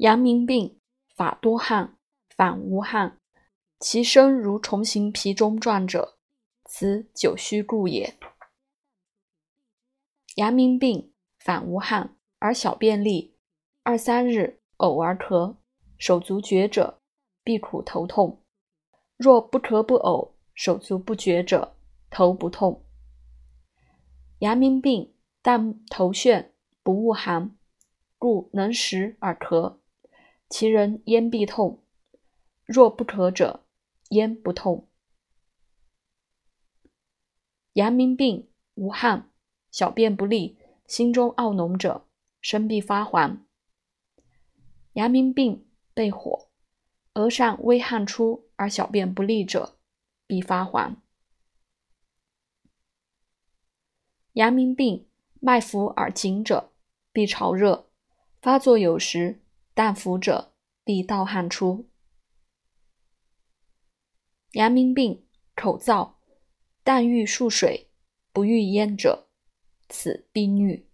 阳明病，法多汗，反无汗，其身如虫形皮中状者，此久虚故也。阳明病，反无汗，而小便利，2、3日呕而咳，手足厥者，必苦头痛；若不咳不呕，手足不厥者，头不痛。阳明病，但头眩，不恶寒，故能食而咳，其人咽必痛；若不咳者，咽不痛。阳明病，无汗，小便不利，心中懊浓者，身必发黄。阳明病被火，额上微汗出而小便不利者，必发黄。阳明病脉浮而紧者，必潮热，发作有时，但浮者，必盗汗出。阳明病口燥，但欲漱水，不欲咽者，此必衄。